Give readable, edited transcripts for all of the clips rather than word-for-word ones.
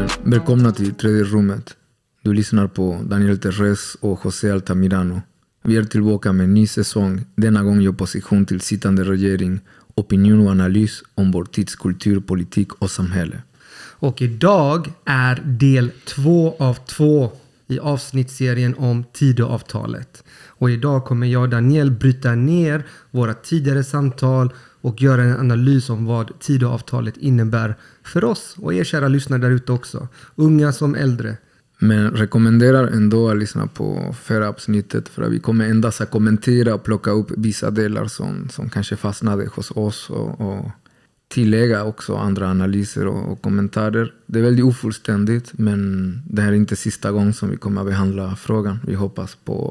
Välkomna till Tredje rummet. Du lyssnar på Daniel Terres och José Altamirano. Vi är tillbaka med en ny säsong, denna gång i opposition till sittande regering, opinion och analys om vår tids kultur, politik och samhälle. Och idag är del 2 av 2 i avsnittsserien om Tidöavtalet. Och idag kommer jag och Daniel bryta ner våra tidigare samtal och göra en analys om vad Tidöavtalet innebär för oss och er kära lyssnare där ute också, unga som äldre. Men rekommenderar ändå att lyssna på förra avsnittet, för att vi kommer endast att kommentera och plocka upp vissa delar som kanske fastnade hos oss och tillägga också andra analyser och kommentarer. Det är väldigt ofullständigt, men det här är inte sista gången som vi kommer att behandla frågan. Vi hoppas på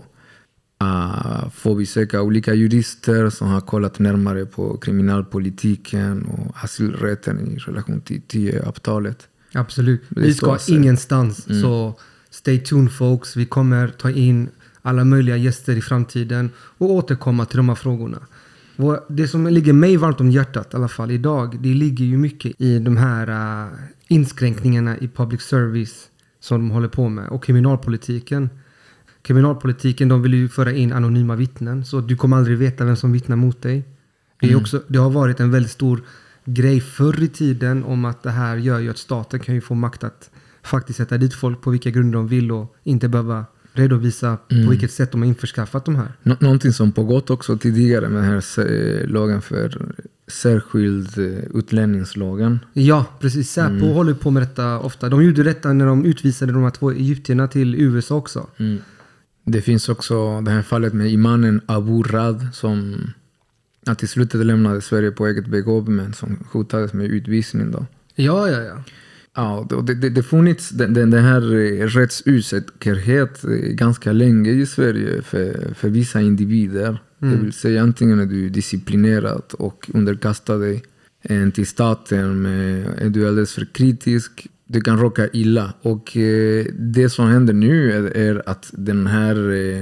att få besöka olika jurister som har kollat närmare på kriminalpolitiken och asylrätten i relation till Tidöavtalet. Absolut. Vi ska ingenstans, så stay tuned folks. Vi kommer ta in alla möjliga gäster i framtiden och återkomma till de här frågorna. Det som ligger mig varmt om hjärtat i alla fall idag, det ligger ju mycket i de här inskränkningarna i public service som de håller på med och kriminalpolitiken. Kriminalpolitiken, de vill ju föra in anonyma vittnen, så du kommer aldrig veta vem som vittnar mot dig. Det har varit en väldigt stor grej förr i tiden om att det här gör ju att staten kan ju få makt att faktiskt sätta dit folk på vilka grunder de vill och inte behöva redovisa på vilket sätt de har införskaffat de här. Någonting som pågått också tidigare med den här lagen för särskild utlänningslagen. Ja, precis. Säpo håller på med detta ofta. De gjorde detta när de utvisade de här 2 egyptierna till USA också. Det finns också det här fallet med imanen Abu Rad som att till slutet lämnade Sverige på eget begåv, men som hotades med utvisning då. Ja. Ja, det funnits den här rättsosäkerhet ganska länge i Sverige för vissa individer. Det vill säga antingen är du disciplinerad och underkastar dig till staten, men är du alldeles för kritisk, du kan råka illa. Och det som händer nu är att den här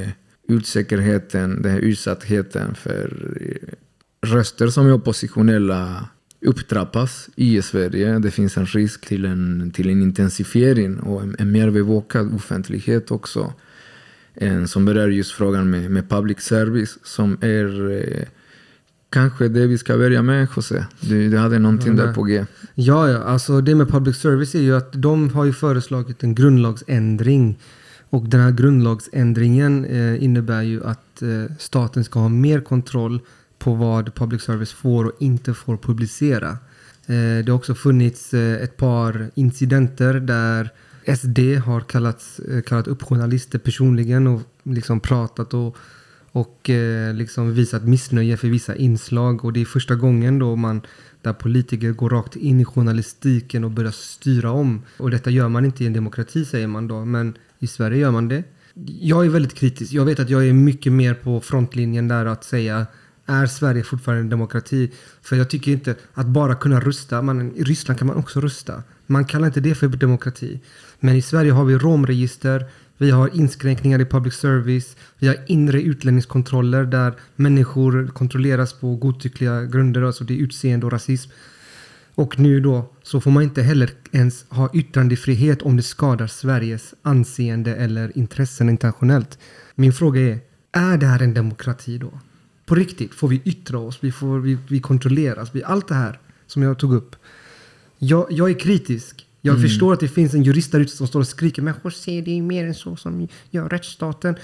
osäkerheten, den här utsattheten för röster som är oppositionella upptrappas i Sverige. Det finns en risk till en intensifiering och en mer bevakad offentlighet också. Som berör just frågan med public service, som är kanske det vi ska börja med, José. Du hade någonting där på G. Ja, alltså det med public service är ju att de har ju föreslagit en grundlagsändring. Och den här grundlagsändringen innebär ju att staten ska ha mer kontroll på vad public service får och inte får publicera. Det har också funnits ett par incidenter där SD har kallat upp journalister personligen och liksom pratat och liksom visat missnöje för vissa inslag. Och det är första gången då där politiker går rakt in i journalistiken och börjar styra om. Och detta gör man inte i en demokrati, säger man då, men i Sverige gör man det. Jag är väldigt kritisk. Jag vet att jag är mycket mer på frontlinjen där att säga: är Sverige fortfarande en demokrati? För jag tycker inte att bara kunna rösta. I Ryssland kan man också rösta. Man kallar inte det för demokrati. Men i Sverige har vi romregister. Vi har inskränkningar i public service. Vi har inre utlänningskontroller där människor kontrolleras på godtyckliga grunder. Alltså det är utseende och rasism. Och nu då så får man inte heller ens ha yttrandefrihet om det skadar Sveriges anseende eller intressen internationellt. Min fråga är det här en demokrati då? På riktigt, får vi yttra oss? Vi kontrolleras? Allt det här som jag tog upp. Jag är kritisk. Jag förstår att det finns en jurist där ute som står och skriker: men José, det är mer än så som gör rättsstaten.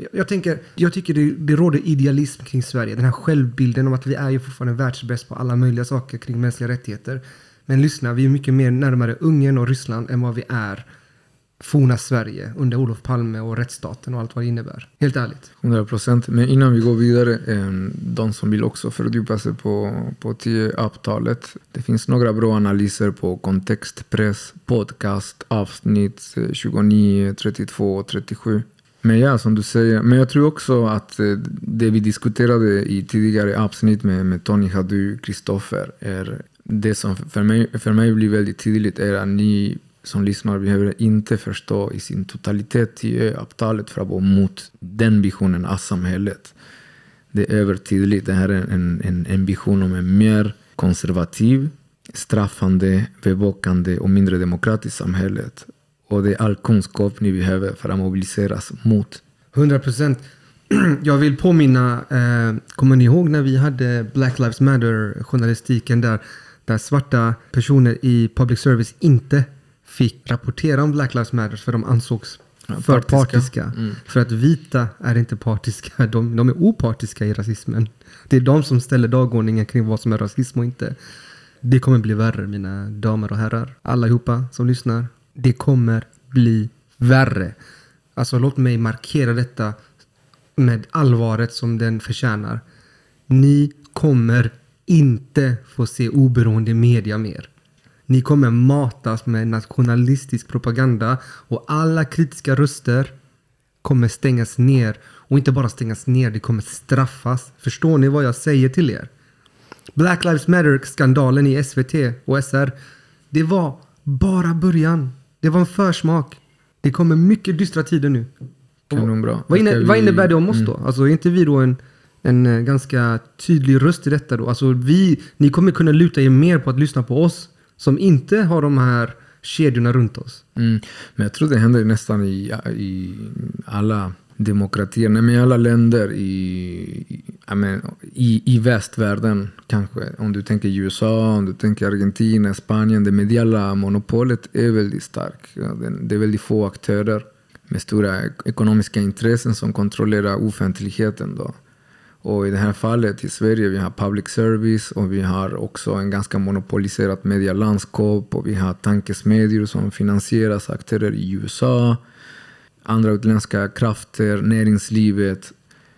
Jag tycker det råder idealism kring Sverige. Den här självbilden om att vi är ju fortfarande världsbäst på alla möjliga saker kring mänskliga rättigheter. Men lyssna, vi är mycket mer närmare Ungern och Ryssland än vad vi är forna Sverige under Olof Palme och rättsstaten och allt vad det innebär. Helt ärligt. 100%. Men innan vi går vidare, de som vill också fördjupa sig på Tidöavtalet. Det finns några bra analyser på Kontextpress, podcast, avsnitt 29, 32 och 37. Men ja, som du säger. Men jag tror också att det vi diskuterade i tidigare avsnitt med Tony Hadu och Kristoffer är det som för mig blir väldigt tydligt, är att ni som lyssnar behöver inte förstå i sin totalitet Tidöavtalet för att gå mot den visionen av samhället. Det är övertydligt. Det här är en vision om en mer konservativ, straffande, bevakande och mindre demokratiskt samhället. Och det är all kunskap ni behöver för att mobiliseras mot. 100%. Jag vill påminna, kommer ni ihåg när vi hade Black Lives Matter-journalistiken där svarta personer i public service inte fick rapportera om Black Lives Matter för de ansågs för partiska. För att vita är inte partiska, de är opartiska i rasismen. Det är de som ställer dagordningen kring vad som är rasism och inte. Det kommer bli värre, mina damer och herrar. Allihopa som lyssnar. Det kommer bli värre. Alltså låt mig markera detta med allvaret som den förtjänar. Ni kommer inte få se oberoende media mer. Ni kommer matas med nationalistisk propaganda och alla kritiska röster kommer stängas ner. Och inte bara stängas ner, det kommer straffas. Förstår ni vad jag säger till er? Black Lives Matter-skandalen i SVT och SR, det var bara början. Det var en försmak. Det kommer mycket dystra tider nu. Kanonbra. Vad innebär det om oss då? Alltså är inte vi då en ganska tydlig röst i detta då? Alltså ni kommer kunna luta er mer på att lyssna på oss som inte har de här kedjorna runt oss. Men jag tror det händer nästan i alla demokratier, men i alla länder i västvärlden kanske. Om du tänker USA, om du tänker Argentina, Spanien, det mediala monopolet är väldigt starkt. Det är väldigt få aktörer med stora ekonomiska intressen som kontrollerar offentligheten då. Och i det här fallet i Sverige vi har public service och vi har också en ganska monopoliserat medielandskap och vi har tankesmedier som finansieras av aktörer i USA, andra utländska krafter, näringslivet.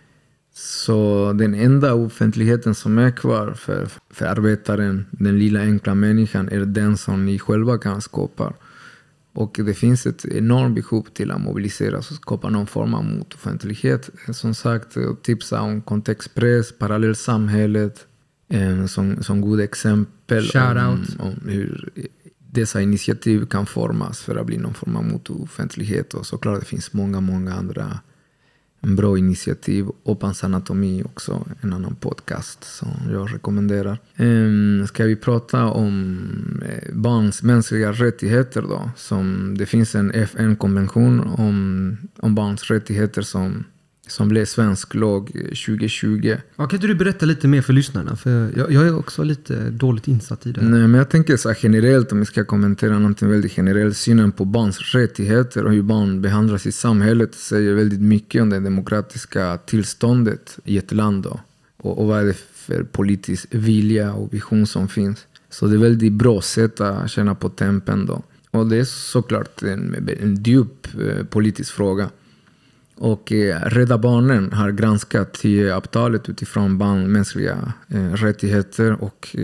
Så den enda offentligheten som är kvar för arbetaren, den lilla enkla människan, är den som ni själva kan skapa. Och det finns ett enormt behov till att mobilisera och skapa någon form av motoffentlighet. Som sagt, tipsa om kontextpress, parallellsamhället som goda exempel om hur dessa initiativ kan formas för att bli någon form av motoffentlighet. Och såklart det finns många andra bra initiativ. Opans anatomi också, en annan podcast som jag rekommenderar. Ska vi prata om barns mänskliga rättigheter då? Det finns en FN-konvention om barns rättigheter som blev svensk lag 2020. Ja, kan inte du berätta lite mer för lyssnarna? För jag är också lite dåligt insatt i det. Nej, men jag tänker så här generellt, om vi ska kommentera någonting väldigt generellt. Synen på barns rättigheter och hur barn behandlas i samhället säger väldigt mycket om det demokratiska tillståndet i ett land då. Och vad är det för politisk vilja och vision som finns. Så det är väldigt bra sätt att känna på tempen då. Och det är såklart en djup politisk fråga. Och Rädda Barnen har granskat avtalet utifrån mänskliga rättigheter och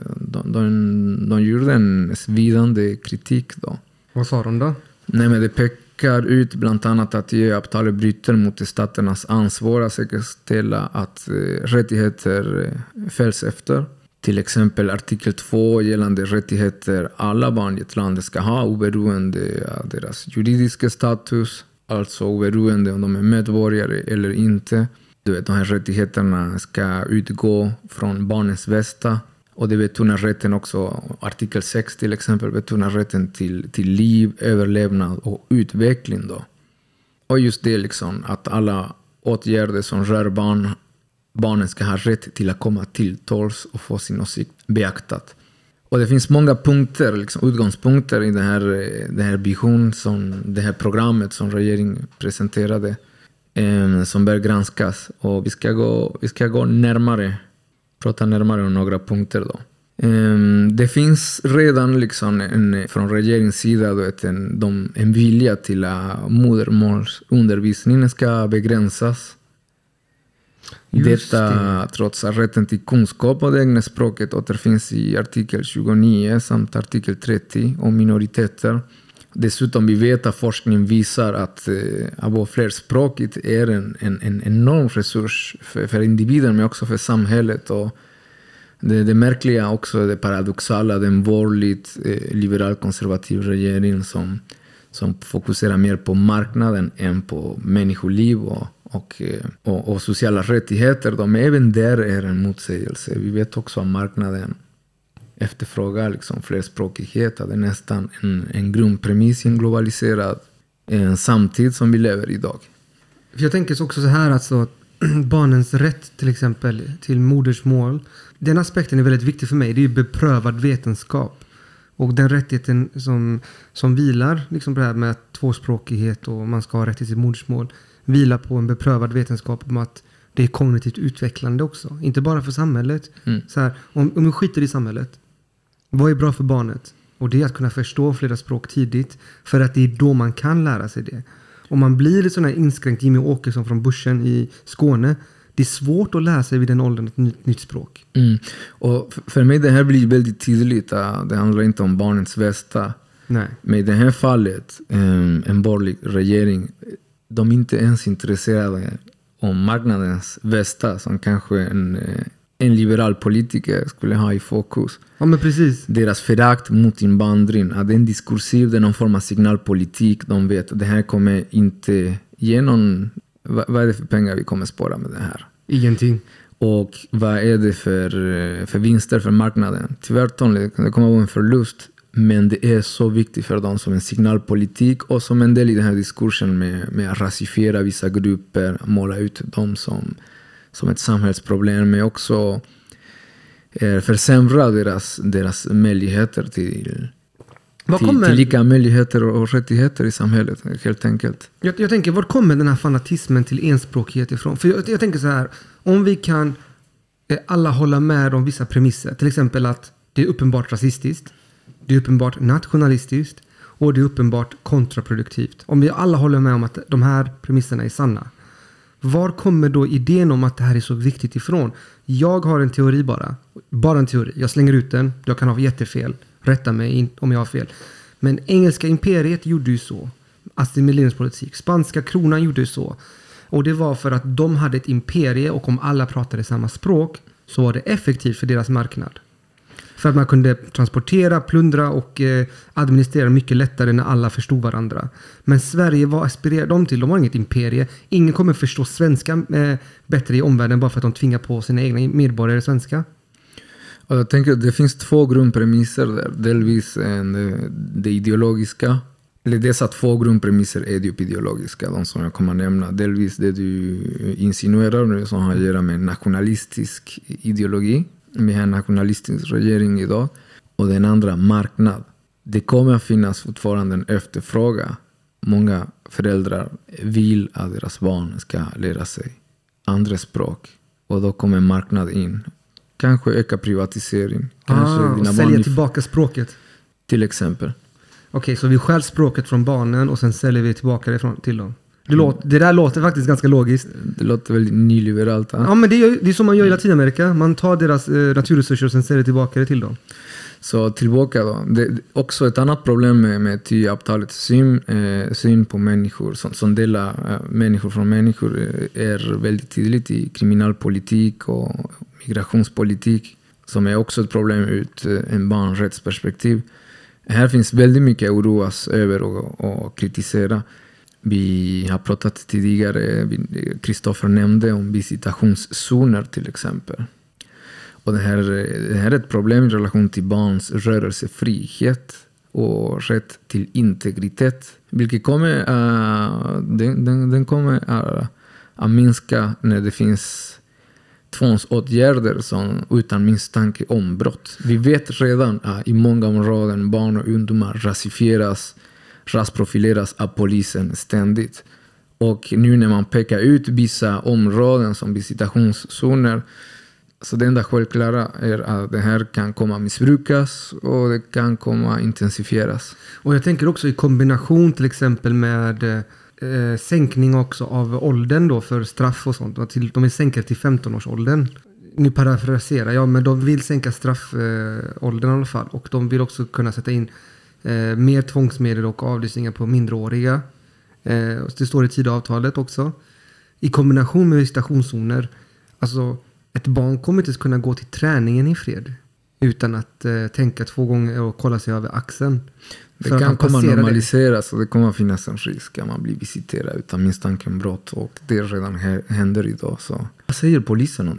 de gjorde en svidande kritik då. Vad sa de då? Nej, men det pekar ut bland annat att avtalet bryter mot staternas ansvar att säkerställa att rättigheter fälls efter. Till exempel artikel 2 gällande rättigheter alla barn i ett land ska ha oberoende av deras juridiska status. Alltså oberoende om de är medborgare eller inte. De här rättigheterna ska utgå från barnens bästa. Och det betonar rätten också, artikel 6 till exempel, betonar rätten till liv, överlevnad och utveckling då. Och just det liksom, att alla åtgärder som rör barnen ska ha rätt till att komma till tals och få sin åsikt beaktat. Och det finns många punkter, liksom, utgångspunkter i det här vision, det här programmet som regeringen presenterade som bör granskas. Och vi ska gå prata närmare om några punkter då. Det finns redan liksom från regeringens sida då, en vilja till att modersmålsundervisningen ska begränsas. Detta trots att rätten till kunskap på det egna språket återfinns i artikel 29 samt artikel 30 om minoriteter. Dessutom vi vet att forskning visar att flerspråkigt är en enorm resurs för individen men också för samhället. Och det märkliga också, det paradoxala, den borgerligt liberal-konservativ regering som fokuserar mer på marknaden än på människoliv och sociala rättigheter. Även där är en motsägelse. Vi vet också att marknaden efterfrågar liksom flerspråkighet. Det är nästan en grundpremiss i en globaliserad samtid som vi lever i idag. För jag tänker också så här, alltså, barnens rätt till exempel till modersmål. Den aspekten är väldigt viktig för mig. Det är ju beprövad vetenskap. Och den rättigheten som vilar liksom på det här med tvåspråkighet och man ska ha rätt till sitt modersmål vilar på en beprövad vetenskap om att det är kognitivt utvecklande också. Inte bara för samhället. Så här, om vi skiter i samhället, vad är bra för barnet? Och det är att kunna förstå flera språk tidigt, för att det är då man kan lära sig det. Om man blir ett sån här inskränkt Jimmy Åkesson från Börsen i Skåne, det är svårt att lära sig vid den åldern ett nytt språk. Och för mig det här blir väldigt tydligt. Det handlar inte om barnens bästa. Nej. Men i det här fallet, en borgerlig regering, de är inte ens intresserade om marknadens bästa som kanske en liberal politiker skulle ha i fokus. Ja, men precis. Deras förakt mot invandring, att det är en diskursiv, det är någon form av signalpolitik. De vet att det här kommer inte ge någon... Vad är det för pengar vi kommer spara med det här? Ingenting. Och vad är det för vinster för marknaden? Tvärtom, det kommer att vara en förlust. Men det är så viktigt för dem som en signalpolitik och som en del i den här diskursen med att rasifiera vissa grupper, måla ut dem som ett samhällsproblem, men också försämra deras möjligheter till lika möjligheter och rättigheter i samhället, helt enkelt. Jag tänker, var kommer den här fanatismen till enspråkighet ifrån? För jag tänker så här, om vi kan alla hålla med om vissa premisser, till exempel att det är uppenbart rasistiskt, det är uppenbart nationalistiskt och det är uppenbart kontraproduktivt. Om vi alla håller med om att de här premisserna är sanna, var kommer då idén om att det här är så viktigt ifrån? Jag har en teori bara en teori. Jag slänger ut den, jag kan ha jättefel. Rätta mig om jag har fel. Men engelska imperiet gjorde ju så. Assimileringspolitik. Spanska kronan gjorde ju så. Och det var för att de hade ett imperie, och om alla pratade samma språk så var det effektivt för deras marknad. För att man kunde transportera, plundra och administrera mycket lättare när alla förstod varandra. Men Sverige, vad aspirerade de till? De var inget imperie. Ingen kommer förstå svenska bättre i omvärlden bara för att de tvingar på sina egna medborgare svenska. Och jag tänker att det finns två grundpremisser där. Delvis det ideologiska. Eller dessa två grundpremisser är ju ideologiska, de som jag kommer att nämna. Delvis det du insinuerar nu som har att göra med nationalistisk ideologi. Vi har en nationalistisk regering idag. Och den andra, marknad. Det kommer att finnas fortfarande en efterfrågan. Många föräldrar vill att deras barn ska lära sig andra språk. Och då kommer marknad in. Kanske öka privatisering. Kanske och sälja tillbaka språket. Till exempel. Okej, så vi stjäl språket från barnen och sen säljer vi tillbaka det till dem. Det där låter faktiskt ganska logiskt. Det låter väldigt nyliberalt. Ja, men det är som man gör i Latinamerika. Man tar deras naturresurser och sen säljer tillbaka det till dem. Så tillbaka då. Det är också ett annat problem med TY-avtalets syn på människor. Som delar människor från människor är väldigt tydligt i kriminalpolitik och migrationspolitik. Som är också ett problem ur en barnrättsperspektiv. Här finns väldigt mycket att oroas över och kritisera. Vi har pratat tidigare, Kristoffer nämnde om visitationszoner till exempel. Och det här är ett problem i relation till barns rörelsefrihet och rätt till integritet. Vilket kommer att minska när det finns tvångsåtgärder som utan misstanke om brott. Vi vet redan att i många områden barn och ungdomar rasprofileras av polisen ständigt. Och nu när man pekar ut vissa områden som visitationszoner, så det enda självklara är att det här kan komma att missbrukas och det kan komma att intensifieras. Och jag tänker också i kombination till exempel med sänkning också av åldern då för straff och sånt. De vill sänka till 15-årsåldern. Nu parafraserar jag, men de vill sänka straffåldern i alla fall. Och de vill också kunna sätta in mer tvångsmedel och avlysningar på mindreåriga. Det står i Tidöavtalet också. I kombination med visitationszoner. Alltså, ett barn kommer inte kunna gå till träningen i fred utan att tänka 2 gånger och kolla sig över axeln. Det kan komma att normaliseras och det kommer att finnas en risk att man blir visiterad utan misstanke om brott. Och det redan händer idag. Så. Vad säger polisen om det?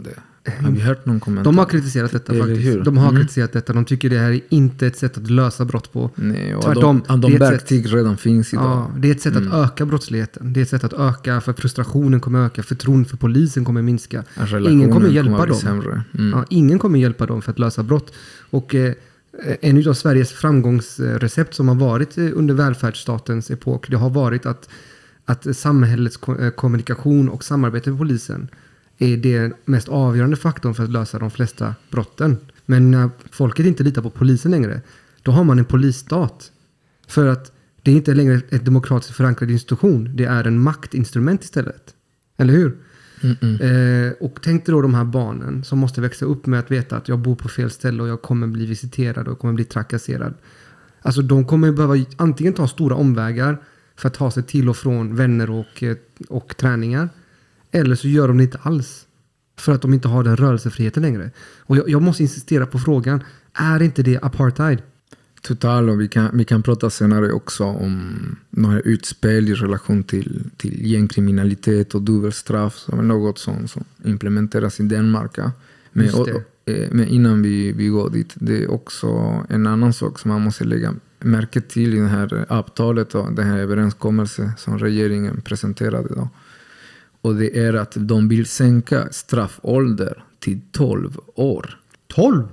Har vi hört någon kommentar? De har kritiserat detta faktiskt. De har kritiserat detta. De tycker det här är inte ett sätt att lösa brott på. Nej, och tvärtom. De verktyg redan finns idag. Ja, det är ett sätt att öka brottsligheten. Det är ett sätt att öka, för frustrationen kommer öka, förtroendet för polisen kommer minska. Ingen kommer hjälpa dem. Ja, ingen kommer hjälpa dem för att lösa brott. Och en av Sveriges framgångsrecept som har varit under välfärdsstatens epok, det har varit att samhällets kommunikation och samarbete med polisen är den mest avgörande faktorn för att lösa de flesta brotten. Men när folket inte litar på polisen längre, då har man en polisstat. För att det är inte längre ett demokratiskt förankrad institution, det är en maktinstrument istället. Eller hur? Och tänk dig då de här barnen som måste växa upp med att veta att jag bor på fel ställe och jag kommer bli visiterad och kommer bli trakasserad. Alltså de kommer behöva antingen ta stora omvägar för att ta sig till och från vänner och träningar. Eller så gör de det inte alls. För att de inte har den rörelsefriheten längre. Och jag måste insistera på frågan. Är inte det apartheid? Total, och vi kan prata senare också om några utspel i relation till gängkriminalitet och dubbelstraff. Som är något som implementeras i Danmark. Men innan vi går dit, det är också en annan sak som man måste lägga märke till i det här avtalet och den här överenskommelsen som regeringen presenterade idag. Och det är att de vill sänka straffålder till 12 år. 12?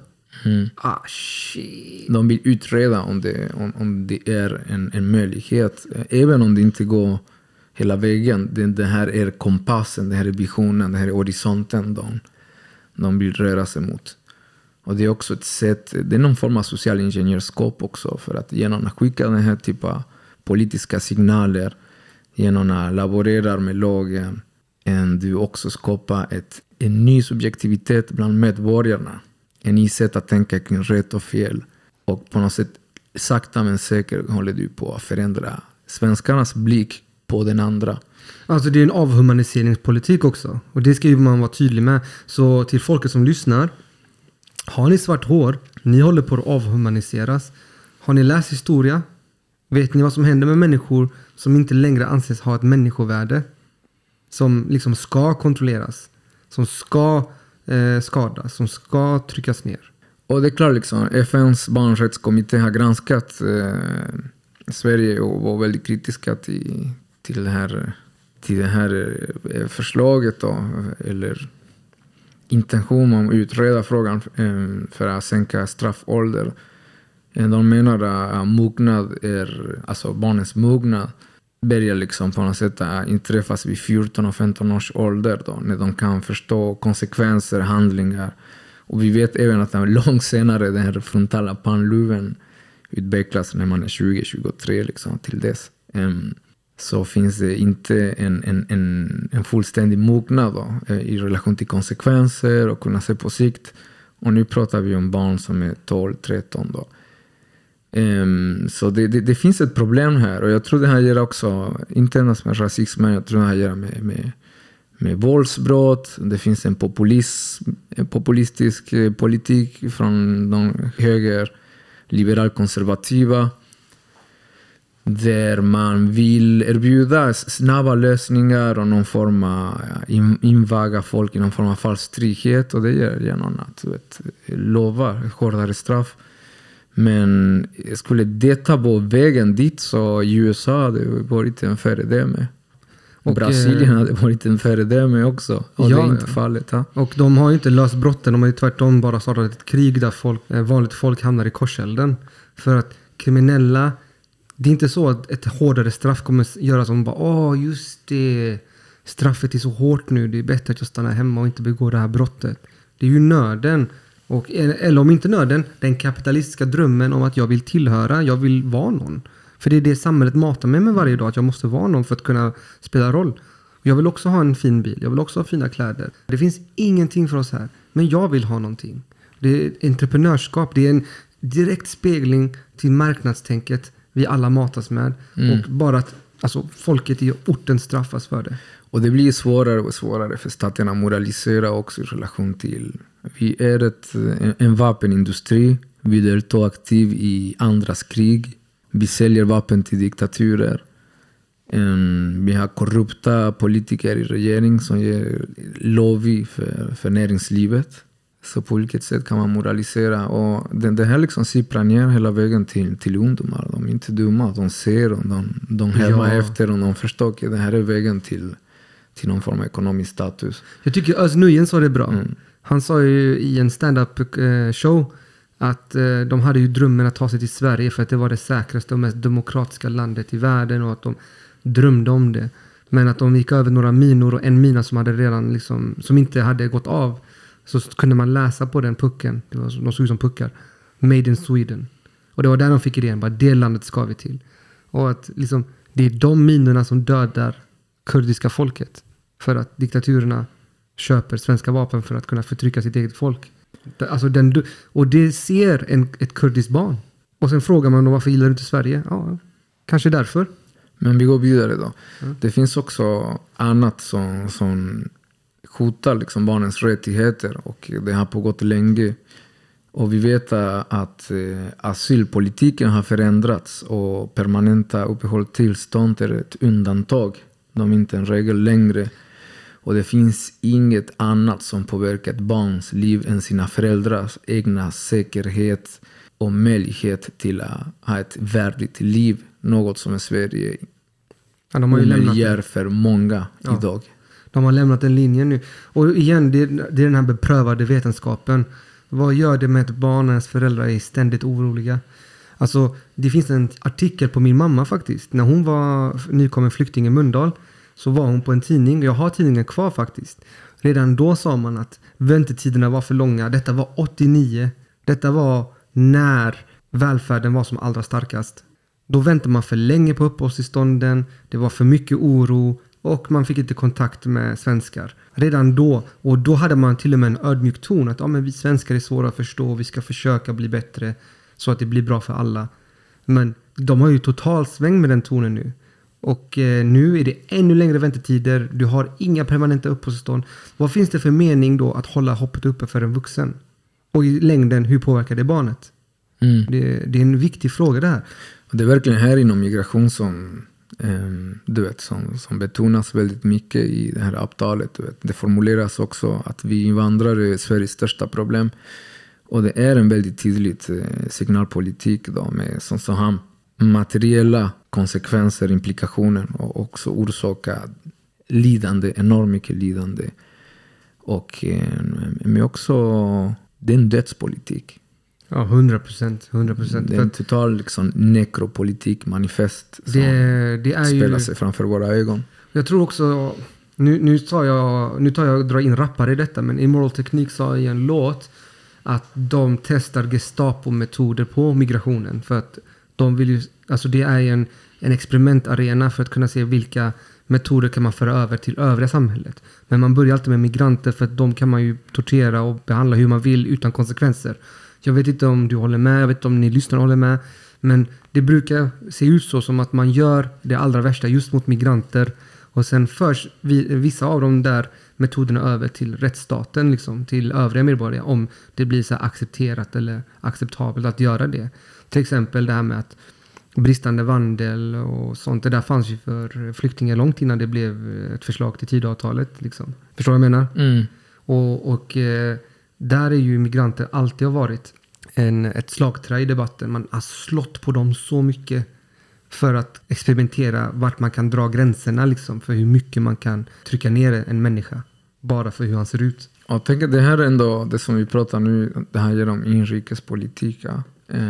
Shit. De vill utreda om det är en möjlighet. Även om det inte går hela vägen. Det här är kompassen, det här är visionen, det här är horisonten de vill röra sig mot. Och det är också ett sätt, det är någon form av social ingenjörskap också. För att genom att skicka den här typen av politiska signaler, genom att laborera med lagen, du också skapar en ny subjektivitet bland medborgarna. En ny sätt att tänka kring rätt och fel. Och på något sätt, sakta men säkert håller du på att förändra svenskarnas blick på den andra. Alltså det är en avhumaniseringspolitik också. Och det ska ju man vara tydlig med. Så till folket som lyssnar, har ni svart hår, ni håller på att avhumaniseras. Har ni läst historia? Vet ni vad som händer med människor som inte längre anses ha ett människovärde? Som liksom ska kontrolleras. Som ska skadas. Som ska tryckas ner. Och det är klart, liksom, FNs barnrättskommitté har granskat Sverige och var väldigt kritiska till det här förslaget då, eller intention om att utreda frågan för att sänka straffålder. De menar att mognad alltså barnens mognad börjar liksom på något sätt inträffas vid 14 och 15 års ålder då, när de kan förstå konsekvenser, handlingar. Och vi vet även att långt senare den här frontala pannluven utvecklas när man är 20-23 liksom, till dess. Så finns det inte en fullständig mognad då, i relation till konsekvenser och kunna se på sikt. Och nu pratar vi om barn som är 12-13 då. Så det finns ett problem här, och jag tror det här gör också, inte endast med rasismen, jag tror det här gör med våldsbrott. Det finns en populistisk politik från de höger liberalkonservativa, där man vill erbjuda snabba lösningar och någon form av invaga folk i någon form av falsk trygghet, och det gör genom att lova hårdare straff. Men skulle detta vara vägen dit, så USA hade varit en föredöme. Och Brasilien hade varit en föredöme också. Och det är inte fallet. Ha? Och de har ju inte löst brotten. De har ju tvärtom bara startat ett krig där vanligt folk hamnar i korselden. För att kriminella, det är inte så att ett hårdare straff kommer göra som bara, just det, straffet är så hårt nu, det är bättre att jag stannar hemma och inte begår det här brottet. Det är ju nörden. Eller om inte nörden, den kapitalistiska drömmen om att jag vill tillhöra, jag vill vara någon. För det är det samhället matar mig med varje dag, att jag måste vara någon för att kunna spela roll. Och jag vill också ha en fin bil, jag vill också ha fina kläder. Det finns ingenting för oss här, men jag vill ha någonting. Det är entreprenörskap, det är en direkt spegling till marknadstänket vi alla matas med. Och bara att folket i orten straffas för det. Och det blir svårare och svårare för staten att moralisera också i relation till. Vi är en vapenindustri. Vi deltar aktivt i andras krig. Vi säljer vapen till diktaturer. Vi har korrupta politiker i regering som ger lobby för näringslivet. Så på vilket sätt kan man moralisera? Och det här liksom sipprar ner hela vägen till ungdomar. De är inte dumma, de ser och de härmar efter och de förstår att det här är vägen till någon form av ekonomisk status. Jag tycker Özz Nujen sa det bra. Han sa ju i en stand-up show att de hade ju drömmen att ta sig till Sverige för att det var det säkraste och mest demokratiska landet i världen och att de drömde om det. Men att de gick över några minor och en mina som hade redan liksom, som inte hade gått av, så kunde man läsa på den pucken. De såg ut som puckar. Made in Sweden. Och det var där de fick idén. Bara det landet ska vi till. Och att liksom, det är de minorna som dödar kurdiska folket. För att diktaturerna köper svenska vapen för att kunna förtrycka sitt eget folk. Alltså och det ser ett kurdiskt barn. Och sen frågar man då varför gillar du inte Sverige? Ja, kanske därför. Men vi går vidare då. Det finns också annat som hotar liksom barnens rättigheter. Och det har pågått länge. Och vi vet att asylpolitiken har förändrats. Och permanenta uppehållstillstånd är ett undantag. De är inte en regel längre. Och det finns inget annat som påverkar ett barns liv än sina föräldrars egna säkerhet och möjlighet till att ha ett värdigt liv. Något som i Sverige omöjliggör för många idag. De har lämnat en linje nu. Och igen, det är den här beprövade vetenskapen. Vad gör det med ett barn när ens föräldrar är ständigt oroliga? Alltså, det finns en artikel på min mamma faktiskt. När hon var nykommen flykting i Mölndal så var hon på en tidning. Jag har tidningen kvar faktiskt. Redan då sa man att väntetiderna var för långa. Detta var 89. Detta var när välfärden var som allra starkast. Då väntade man för länge på uppehållstillstånden. Det var för mycket oro. Och man fick inte kontakt med svenskar. Redan då. Och då hade man till och med en ödmjuk ton. Att men vi svenskar är svåra att förstå. Vi ska försöka bli bättre. Så att det blir bra för alla. Men de har ju totalt sväng med den tonen nu. Och nu är det ännu längre väntetider. Du har inga permanenta uppehållstillstånd. Vad finns det för mening då att hålla hoppet uppe för en vuxen? Och i längden, hur påverkar det barnet? Det är en viktig fråga det här. Och det är verkligen här inom migration som som betonas väldigt mycket i det här avtalet. Det formuleras också att vi invandrare är Sveriges största problem. Och det är en väldigt tydlig signalpolitik då, med som har materiella konsekvenser, implikationer och också orsaka lidande, enormt mycket lidande. Och men också det är en dödspolitik. Ja, 100%. Det är en total liksom nekropolitik manifest som det spelar sig framför våra ögon. Jag tror också, nu tar jag dra in rappare i detta, men Immoral Technique sa i en låt att de testar Gestapo-metoder på migrationen. För att de vill ju, alltså det är en experimentarena för att kunna se vilka metoder kan man föra över till övriga samhället. Men man börjar alltid med migranter för att de kan man ju tortera och behandla hur man vill utan konsekvenser. Jag vet inte om du håller med, jag vet inte om ni lyssnar håller med. Men det brukar se ut så som att man gör det allra värsta just mot migranter. Och sen förs vissa av de där metoderna över till rättsstaten, liksom, till övriga medborgare. Om det blir så accepterat eller acceptabelt att göra det. Till exempel det här med att bristande vandel och sånt. Det där fanns ju för flyktingar långt innan det blev ett förslag till Tidöavtalet. Liksom. Förstår du vad jag menar? Mm. Och där är ju migranter alltid har varit ett slagträ i debatten. Man har slått på dem så mycket för att experimentera vart man kan dra gränserna liksom, för hur mycket man kan trycka ner en människa bara för hur han ser ut. Jag tänker det här är ändå det som vi pratar nu, det här om inrikespolitik. Ja.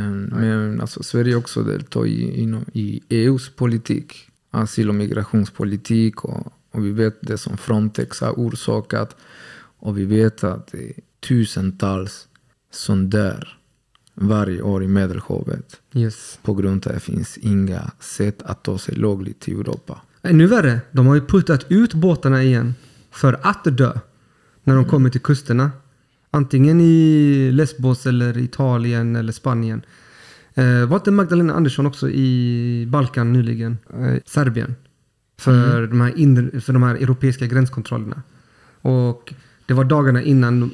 Men alltså, Sverige också deltar i EUs politik, asyl- och migrationspolitik och vi vet det som Frontex har orsakat och vi vet att det är tusentals som dör varje år i Medelhavet. Yes. På grund av att det finns inga sätt att ta sig lagligt till Europa. Ännu värre, de har ju puttat ut båtarna igen för att dö när de kommer till kusterna. Antingen i Lesbos eller Italien eller Spanien. Var inte Magdalena Andersson också i Balkan nyligen? Serbien. För de här europeiska gränskontrollerna. Och det var dagarna innan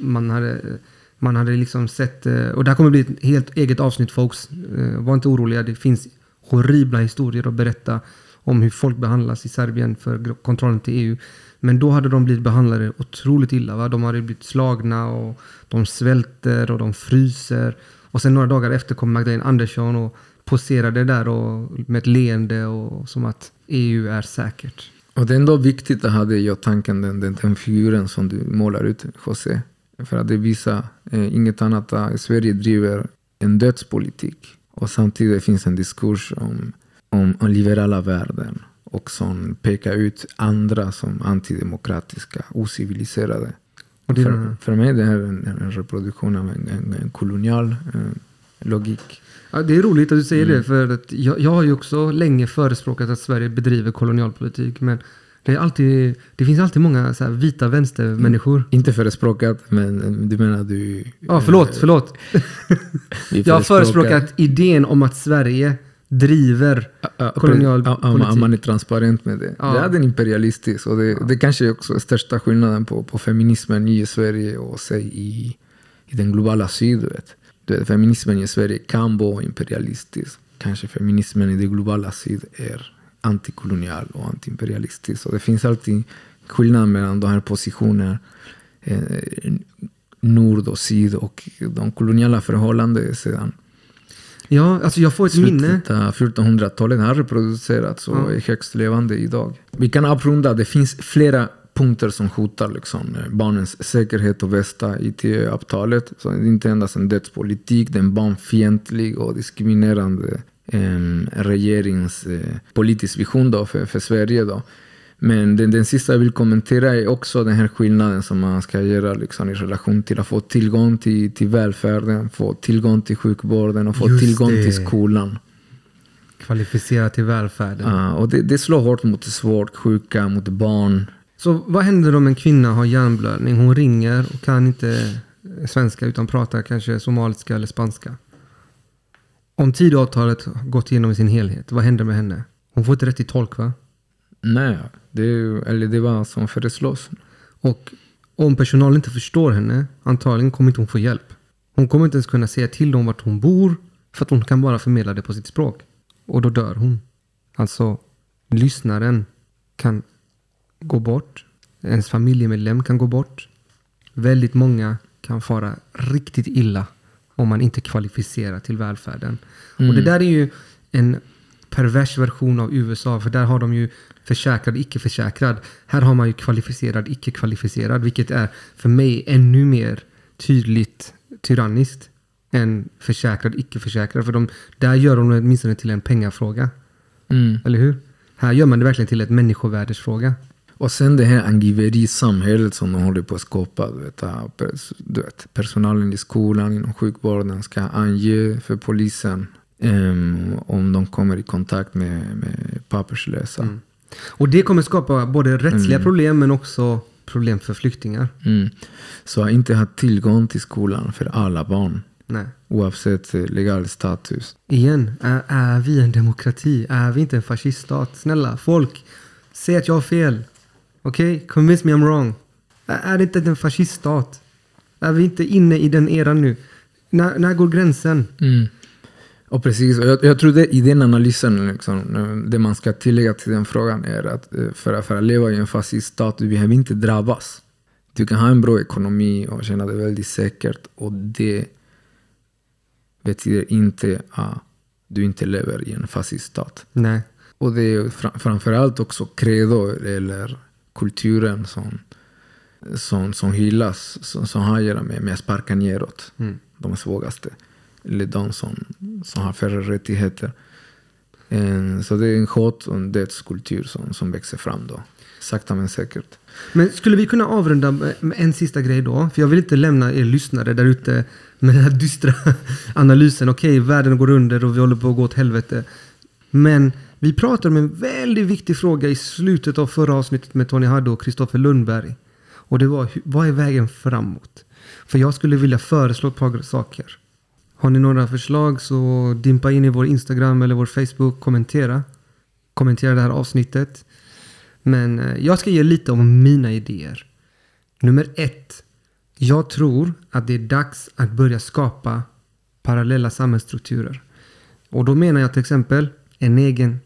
man hade liksom sett, och det här kommer bli ett helt eget avsnitt folks. Var inte oroliga, det finns horribla historier att berätta om hur folk behandlas i Serbien för kontrollen till EU. Men då hade de blivit behandlade otroligt illa. Va? De hade blivit slagna och de svälter och de fryser. Och sen några dagar efter kom Magdalena Andersson och poserade där och med ett leende och som att EU är säkert. Och det är ändå viktigt att ha det i tanken, den figuren som du målar ut, José. För att det visar inget annat att Sverige driver en dödspolitik. Och samtidigt finns en diskurs om liberala värden. Och som pekar ut andra som antidemokratiska, ociviliserade. Och för mig är det här en reproduktion av en kolonial logik. Ja, det är roligt att du säger det, för att jag har ju också länge förespråkat att Sverige bedriver kolonialpolitik, men det finns alltid många så här vita vänstermänniskor. Inte förespråkat, men du menar du... Ja, förlåt. Jag har förespråkat idén om att Sverige driver kolonialpolitik. Man är transparent med det. Ja. Det är den imperialistisk, och det kanske är också största skillnaden på feminismen i Sverige och sig i den globala syd. Feminismen i Sverige kan vara imperialistisk. Kanske feminismen i det globala syd är antikolonial och antiimperialistisk. Och det finns alltid skillnad mellan de här positionerna, nord och syd, och de koloniala förhållanden sedan. Ja, alltså jag får ett minne. 1400-talet har reproducerats och är högst levande idag. Vi kan avrunda, det finns flera punkter som hotar barnens säkerhet och västa i TÖ-avtalet. Så det är inte endast en dödspolitik, det är en barnfientlig och diskriminerande regerings politisk vision då för Sverige då. Men den sista jag vill kommentera är också den här skillnaden som man ska göra i relation till att få tillgång till välfärden, få tillgång till sjukvården och få tillgång till skolan. Kvalificera till välfärden. Och det slår hårt mot svårt sjuka, mot barn. Så vad händer om en kvinna har hjärnblödning? Hon ringer och kan inte svenska utan pratar kanske somaliska eller spanska. Om Tidöavtalet gått igenom i sin helhet, vad händer med henne? Hon får inte rätt till tolk, va? Nej, det var som föreslås. Och om personalen inte förstår henne, antagligen kommer inte hon få hjälp. Hon kommer inte ens kunna säga till dem vart hon bor, för att hon kan bara förmedla det på sitt språk. Och då dör hon. Alltså, lyssnaren kan gå bort. Ens familjemedlem kan gå bort. Väldigt många kan fara riktigt illa om man inte kvalificerar till välfärden. Och det där är ju en pervers version av USA, för där har de ju försäkrad, icke-försäkrad. Här har man ju kvalificerad, icke-kvalificerad, vilket är för mig ännu mer tydligt tyranniskt än försäkrad, icke-försäkrad. För där gör de det åtminstone till en pengafråga. Eller hur? Här gör man det verkligen till ett människovärdesfråga. Och sen det här angiverisamhället som de håller på att skapa. Du vet, personalen i skolan, inom sjukvården ska ange för polisen om de kommer i kontakt med papperslösa. Och det kommer skapa både rättsliga problem men också problem för flyktingar. Så att inte ha tillgång till skolan för alla barn. Nej. Oavsett legal status. Igen, är vi en demokrati? Är vi inte en fasciststat? Snälla, folk, säg att jag har fel. Okej? Convince me I'm wrong. Är det inte en fasciststat? Är vi inte inne i den eran nu? När går gränsen? Och precis, jag tror det i den analysen det man ska tillägga till den frågan är att för att leva i en fasciststat, du behöver inte drabbas. Du kan ha en bra ekonomi och känna dig väldigt säkert, och det betyder inte att du inte lever i en fasciststat. Nej. Och det är framförallt också credo eller kulturen som hyllas, som har att göra med att sparka neråt de svagaste. Eller de som har färre rättigheter. Så det är en hat och en dödskultur som växer fram då. Sakta men säkert. Men skulle vi kunna avrunda med en sista grej då? För jag vill inte lämna er lyssnare där ute med den här dystra analysen. Okej, världen går under och vi håller på att gå åt helvete. Men vi pratar om en väldigt viktig fråga i slutet av förra avsnittet med Tony Haddo och Kristoffer Lundberg. Och det var, vad är vägen framåt? För jag skulle vilja föreslå ett par saker. Har ni några förslag så dimpa in i vår Instagram eller vår Facebook. Kommentera det här avsnittet. Men jag ska ge lite om mina idéer. Nummer 1. Jag tror att det är dags att börja skapa parallella samhällsstrukturer. Och då menar jag till exempel en egen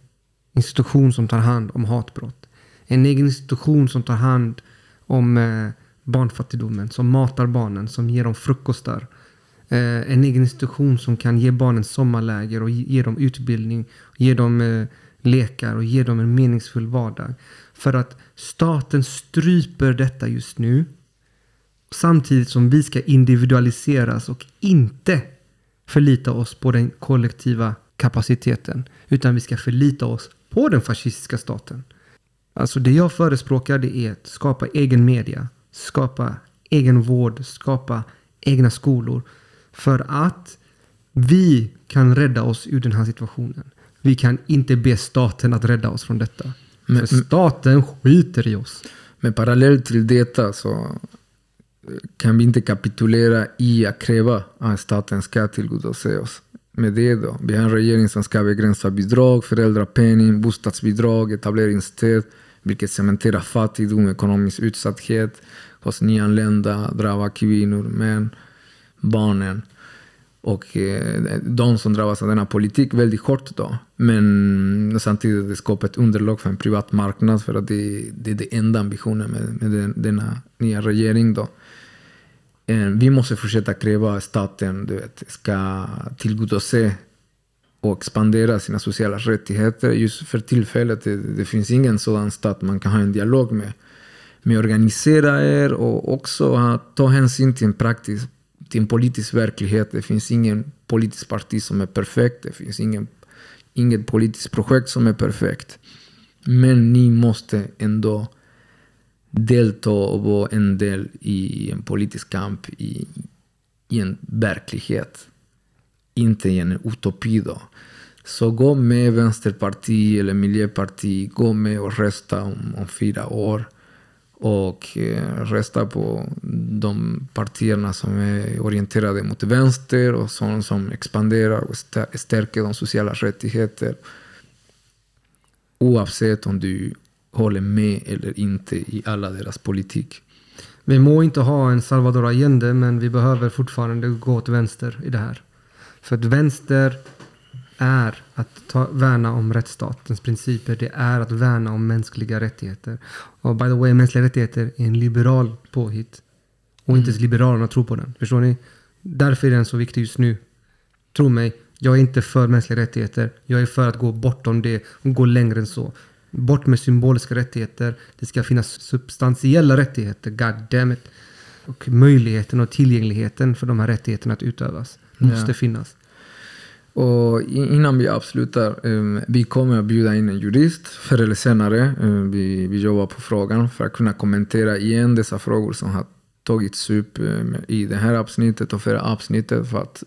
institution som tar hand om hatbrott. En egen institution som tar hand om barnfattigdomen, som matar barnen, som ger dem frukostar. En egen institution som kan ge barnen sommarläger och ge dem utbildning, ge dem lekar och ge dem en meningsfull vardag. För att staten stryper detta just nu, samtidigt som vi ska individualiseras och inte förlita oss på den kollektiva kapaciteten, utan vi ska förlita oss på den fascistiska staten. Alltså det jag förespråkar, det är att skapa egen media, skapa egen vård, skapa egna skolor, för att vi kan rädda oss ur den här situationen. Vi kan inte be staten att rädda oss från detta. För staten skiter i oss. Men parallellt till detta så kan vi inte kapitulera i att kräva att staten ska tillgodose oss med det då. Vi har en regering som ska begränsa bidrag, föräldrapenning, bostadsbidrag, etableringsstöd, vilket cementerar fattigdom, ekonomisk utsatthet hos nyanlända, drabbade kvinnor, män, barnen. Och de som drabbas av denna politik väldigt hårt då. Men samtidigt det skapar ett underlag för en privat marknad, för att det är det enda ambitionen med denna nya regering då. Vi måste fortsätta kräva att staten ska tillgodose och expandera sina sociala rättigheter. Just för tillfället det finns ingen sådan stat man kan ha en dialog med organisera er och också ta hänsyn till en politisk verklighet. Det finns ingen politisk parti som är perfekt. Det finns inget politiskt projekt som är perfekt. Men ni måste ändå delta och vara en del i en politisk kamp i en verklighet. Inte i en utopi då. Så gå med Vänsterparti eller Miljöparti. Gå med och rösta om 4 år. Och rösta på de partierna som är orienterade mot vänster och sådana som expanderar och stärker de sociala rättigheter. Oavsett om du håller med eller inte i alla deras politik. Vi må inte ha en Salvador Allende, men vi behöver fortfarande gå åt vänster i det här. För att vänster är att värna om rättsstatens principer. Det är att värna om mänskliga rättigheter. Och by the way, mänskliga rättigheter är en liberal påhitt. Och inte ens liberalerna tror på den. Förstår ni? Därför är den så viktig just nu. Tro mig, jag är inte för mänskliga rättigheter. Jag är för att gå bortom det och gå längre än så. Bort med symboliska rättigheter. Det ska finnas substantiella rättigheter. God damn it. Och möjligheten och tillgängligheten för de här rättigheterna att utövas måste finnas. Och innan vi avslutar, vi kommer att bjuda in en jurist förr eller senare. Vi jobbar på frågan för att kunna kommentera igen dessa frågor som har tagits upp i det här avsnittet och förra avsnittet, för att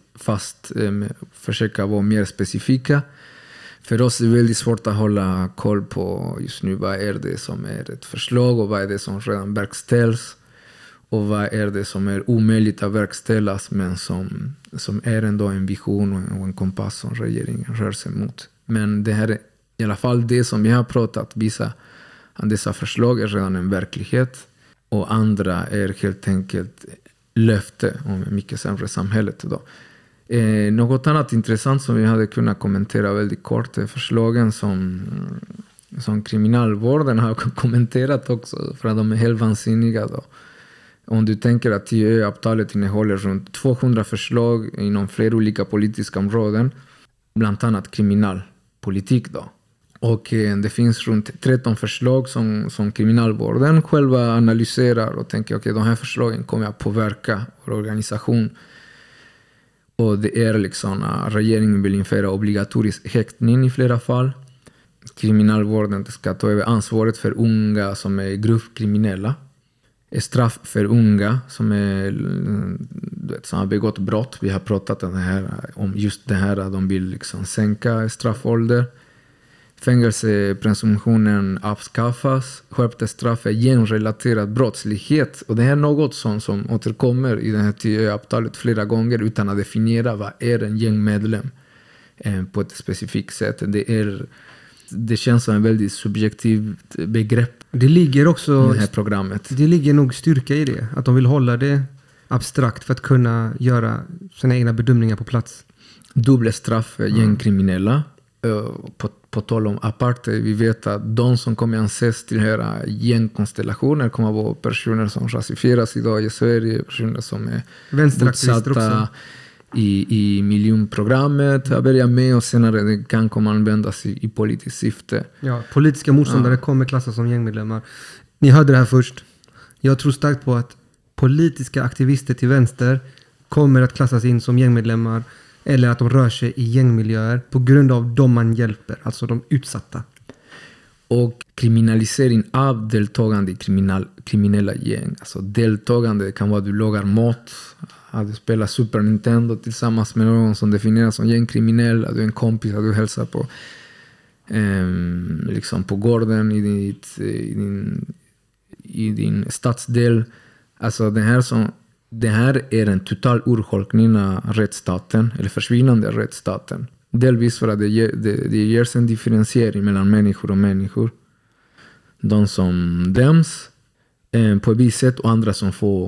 försöka vara mer specifika. För oss är det väldigt svårt att hålla koll på just nu vad är det som är ett förslag och vad är det som redan verkställs. Och vad är det som är omöjligt att verkställas men som är ändå en vision och en kompass som regeringen rör sig mot. Men det här är i alla fall det som vi har pratat. Vissa av dessa förslag är redan en verklighet. Och andra är helt enkelt löfte om ett mycket sämre samhället idag. Något annat intressant som vi hade kunnat kommentera väldigt kort är förslagen som kriminalvården har kommenterat också. För att de är helt vansinniga då. Om du tänker att TÖ-avtalet innehåller runt 200 förslag inom flera olika politiska områden, bland annat kriminalpolitik då. Och det finns runt 13 förslag som kriminalvården själva analyserar och tänker okej, de här förslagen kommer att påverka vår organisation. Och det är liksom att regeringen vill införa obligatorisk häktning i flera fall. Kriminalvården ska ta över ansvaret för unga som är grovt kriminella. Straff för unga som har begått brott. Vi har pratat om just det här att de vill liksom sänka straffålder. Fängelsepresumtionen avskaffas. Skärpta straff är genrelaterad brottslighet. Och det här är något som återkommer i det här TÖ-avtalet flera gånger utan att definiera vad är en gängmedlem på ett specifikt sätt. Det känns som en väldigt subjektivt begrepp. Det ligger också i det här programmet. Det ligger nog styrka i det. Att de vill hålla det abstrakt för att kunna göra sina egna bedömningar på plats. Dubbelstraff för gängkriminella. på tal om apartheid, vi vet att de som kommer anses tillhöra gängkonstellationer kommer att vara personer som rasifieras idag i Sverige, personer som är utsatta i miljonprogrammet, har börjat med och senare det kan komma användas i politiskt syfte. Ja, politiska motståndare kommer klassas som gängmedlemmar. Ni hörde det här först. Jag tror starkt på att politiska aktivister till vänster kommer att klassas in som gängmedlemmar eller att de rör sig i gängmiljöer på grund av de man hjälper, alltså de utsatta. Och kriminalisering av deltagande i kriminella gäng. Alltså deltagande kan vara att du lagar mat, att du spelar Super Nintendo tillsammans med någon som definieras som gängkriminell, att du är en kompis, att du hälsar på liksom på gården i din stadsdel. Alltså det här är en total urholkning av rättsstaten, eller försvinnande av rättsstaten. Delvis för att det ger en differentiering mellan människor och människor. De som döms på ett visst sätt och andra som får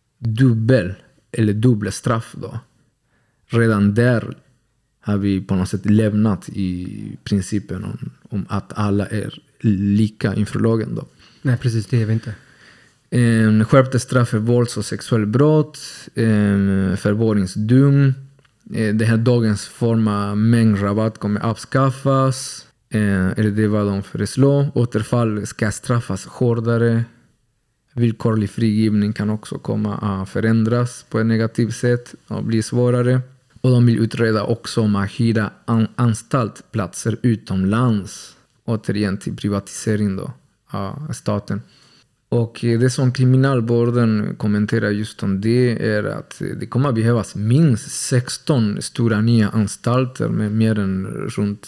dubbla straff då. Redan där har vi på något sätt lämnat i principen om att alla är lika inför lagen då. Nej, precis, det är vi inte. Skärpta straff för vålds- och sexualbrott, förvaringsdom. Det här dagens form av mängdrabatt kommer avskaffas. Eller det var de föreslår. Återfall ska straffas hårdare. Villkorlig frigivning kan också komma att förändras på ett negativt sätt och bli svårare. Och de vill utreda också om att hyra anstaltplatser utomlands. Återigen till privatisering då av staten. Och det som kriminalvården kommenterar just om det är att det kommer att behövas minst 16 stora nya anstalter med mer än runt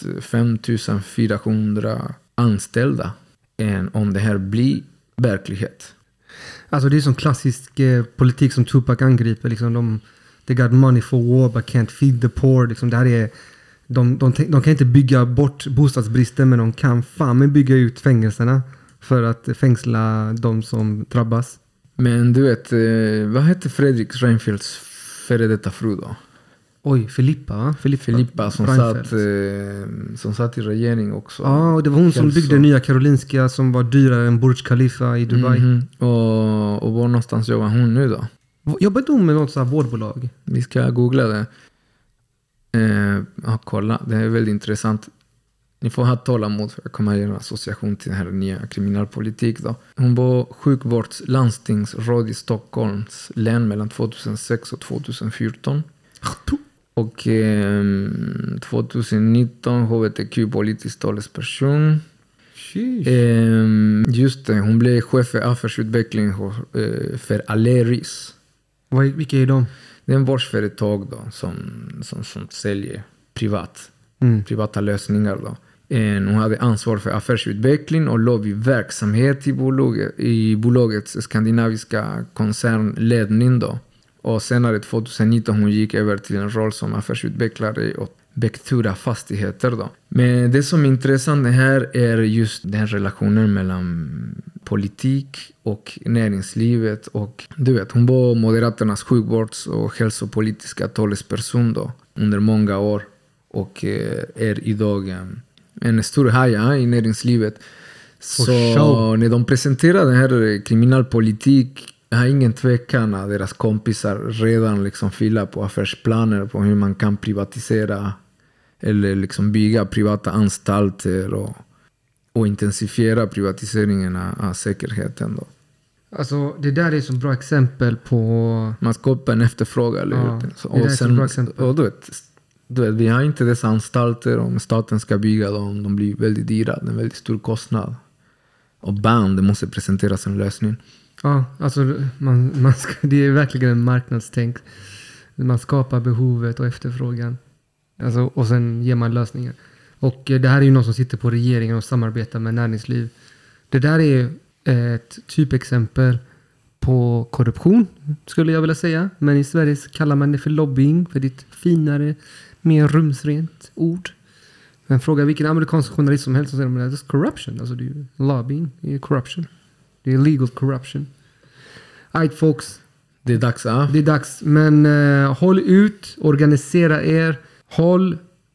5400 anställda än om det här blir verklighet. Alltså det är som klassisk politik som Tupac angriper. Liksom they got money for war but can't feed the poor. Liksom det här är, de kan inte bygga bort bostadsbristen, men de kan fan bygga ut fängelserna för att fängsla de som drabbas. Men du vet, vad heter Fredrik Reinfeldts före detta fru då? Oj, Filippa som satt i regering också. Ja, och det var hon som byggde nya Karolinska som var dyrare än Burj Khalifa i Dubai. Och var någonstans jobbar hon nu då? Jobbade hon med något sådant här vårdbolag? Vi ska googla det. Kolla, det är väldigt intressant. Ni får ha tålamod för att komma göra en association till den här nya kriminalpolitik då. Hon var sjukvårdslandstingsråd i Stockholms län mellan 2006 och 2014. Och 2019 hbtq-politisk talesperson. Just det, hon blev chef för affärsutveckling för Aleris. Vilka är de? Det är en vårdsföretag då som säljer privata lösningar då. Hon hade ansvar för affärsutveckling och lobbyverksamhet i bolagets skandinaviska koncernledning då. Och senare 2019 hon gick över till en roll som affärsutvecklare och Vectura fastigheter då. Men det som är intressant här är just den relationen mellan politik och näringslivet. Och du vet, hon var Moderaternas sjukvårds- och hälsopolitiska talesperson då under många år. Och är idag en stor haja i näringslivet. Så när de presenterar den här kriminalpolitik har ingen tvekan att deras kompisar redan liksom fyller på affärsplaner på hur man kan privatisera eller liksom bygga privata anstalter och intensifiera privatiseringen av säkerheten då. Alltså det där är så bra exempel på... Man skapar en efterfrågan. Eller det är så bra exempel. Och du vet, vi har inte dessa anstalter. Om staten ska bygga dem, de blir väldigt dyra. Det är en väldigt stor kostnad. Och det måste presenteras en lösning. Ja, alltså det är verkligen en marknadstänk. Man skapar behovet och efterfrågan. Alltså, och sen ger man lösningar. Och det här är ju någon som sitter på regeringen och samarbetar med näringsliv. Det där är ett typexempel på korruption, skulle jag vilja säga. Men i Sverige kallar man det för lobbying, för ditt finare, mer rumsrent ord. Men fråga vilken amerikansk journalist som helst så säger de att det är corruption. Alltså det är ju lobbying, det är corruption. Det är legal corruption. Right, folks. Det är dags, ja. Det är dags. Men håll ut, organisera er. Håll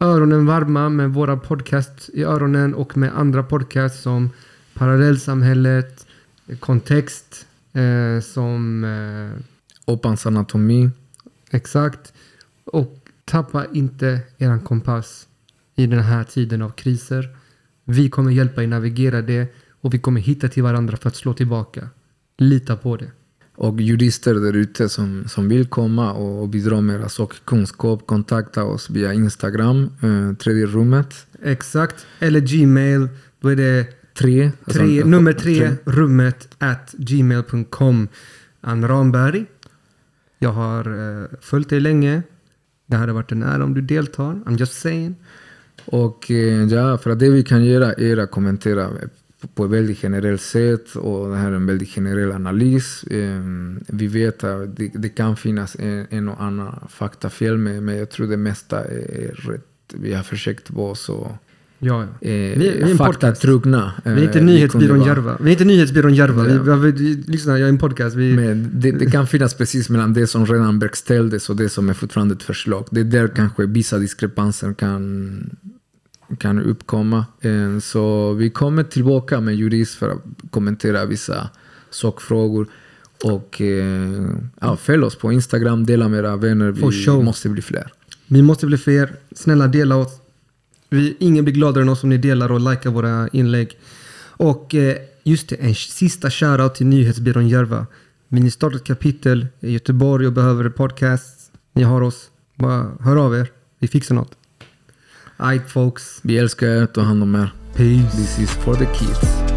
öronen varma med våra podcast i öronen och med andra podcasts som Parallellsamhället, Kontext, som Oppans anatomi. Exakt. Och tappa inte eran kompass i den här tiden av kriser. Vi kommer hjälpa er navigera det och vi kommer hitta till varandra för att slå tillbaka. Lita på det. Och jurister där ute som vill komma och bidra med deras kunskap, kontakta oss via Instagram, tredje rummet. Exakt. Eller Gmail. Då är det nummer 3 rummet @gmail.com. Ann Ramberg. Jag har följt dig länge. Det hade varit en ära om du deltar. I'm just saying. Och för att det vi kan göra är att kommentera på ett väldigt generellt sätt, och det här är en väldigt generell analys. Vi vet att det kan finnas en och annan faktafel, men jag tror det mesta är rätt. Vi har försökt vara så vi är faktatrogna. Vi är inte nyhetsbyrån Järva. Vi är inte nyhetsbyrån Järva. Jag är en podcast. Men det kan finnas precis mellan det som redan verkställdes och det som är fortfarande ett förslag. Det är där kanske vissa diskrepanser kan uppkomma. Så vi kommer tillbaka med jurist för att kommentera vissa sakfrågor. Och följ oss på Instagram, dela med era vänner. Vi måste bli fler. Vi måste bli fler. Snälla, dela oss. Ingen blir gladare än oss om ni delar och likar våra inlägg. Och just det, en sista shoutout till nyhetsbyrån Järva. Vill ni starta ett kapitel i Göteborg och behöver podcast? Ni har oss. Bara hör av er. Vi fixar något. Alright folks. Vi älskar er, ta hand om er. Peace. This is for the kids.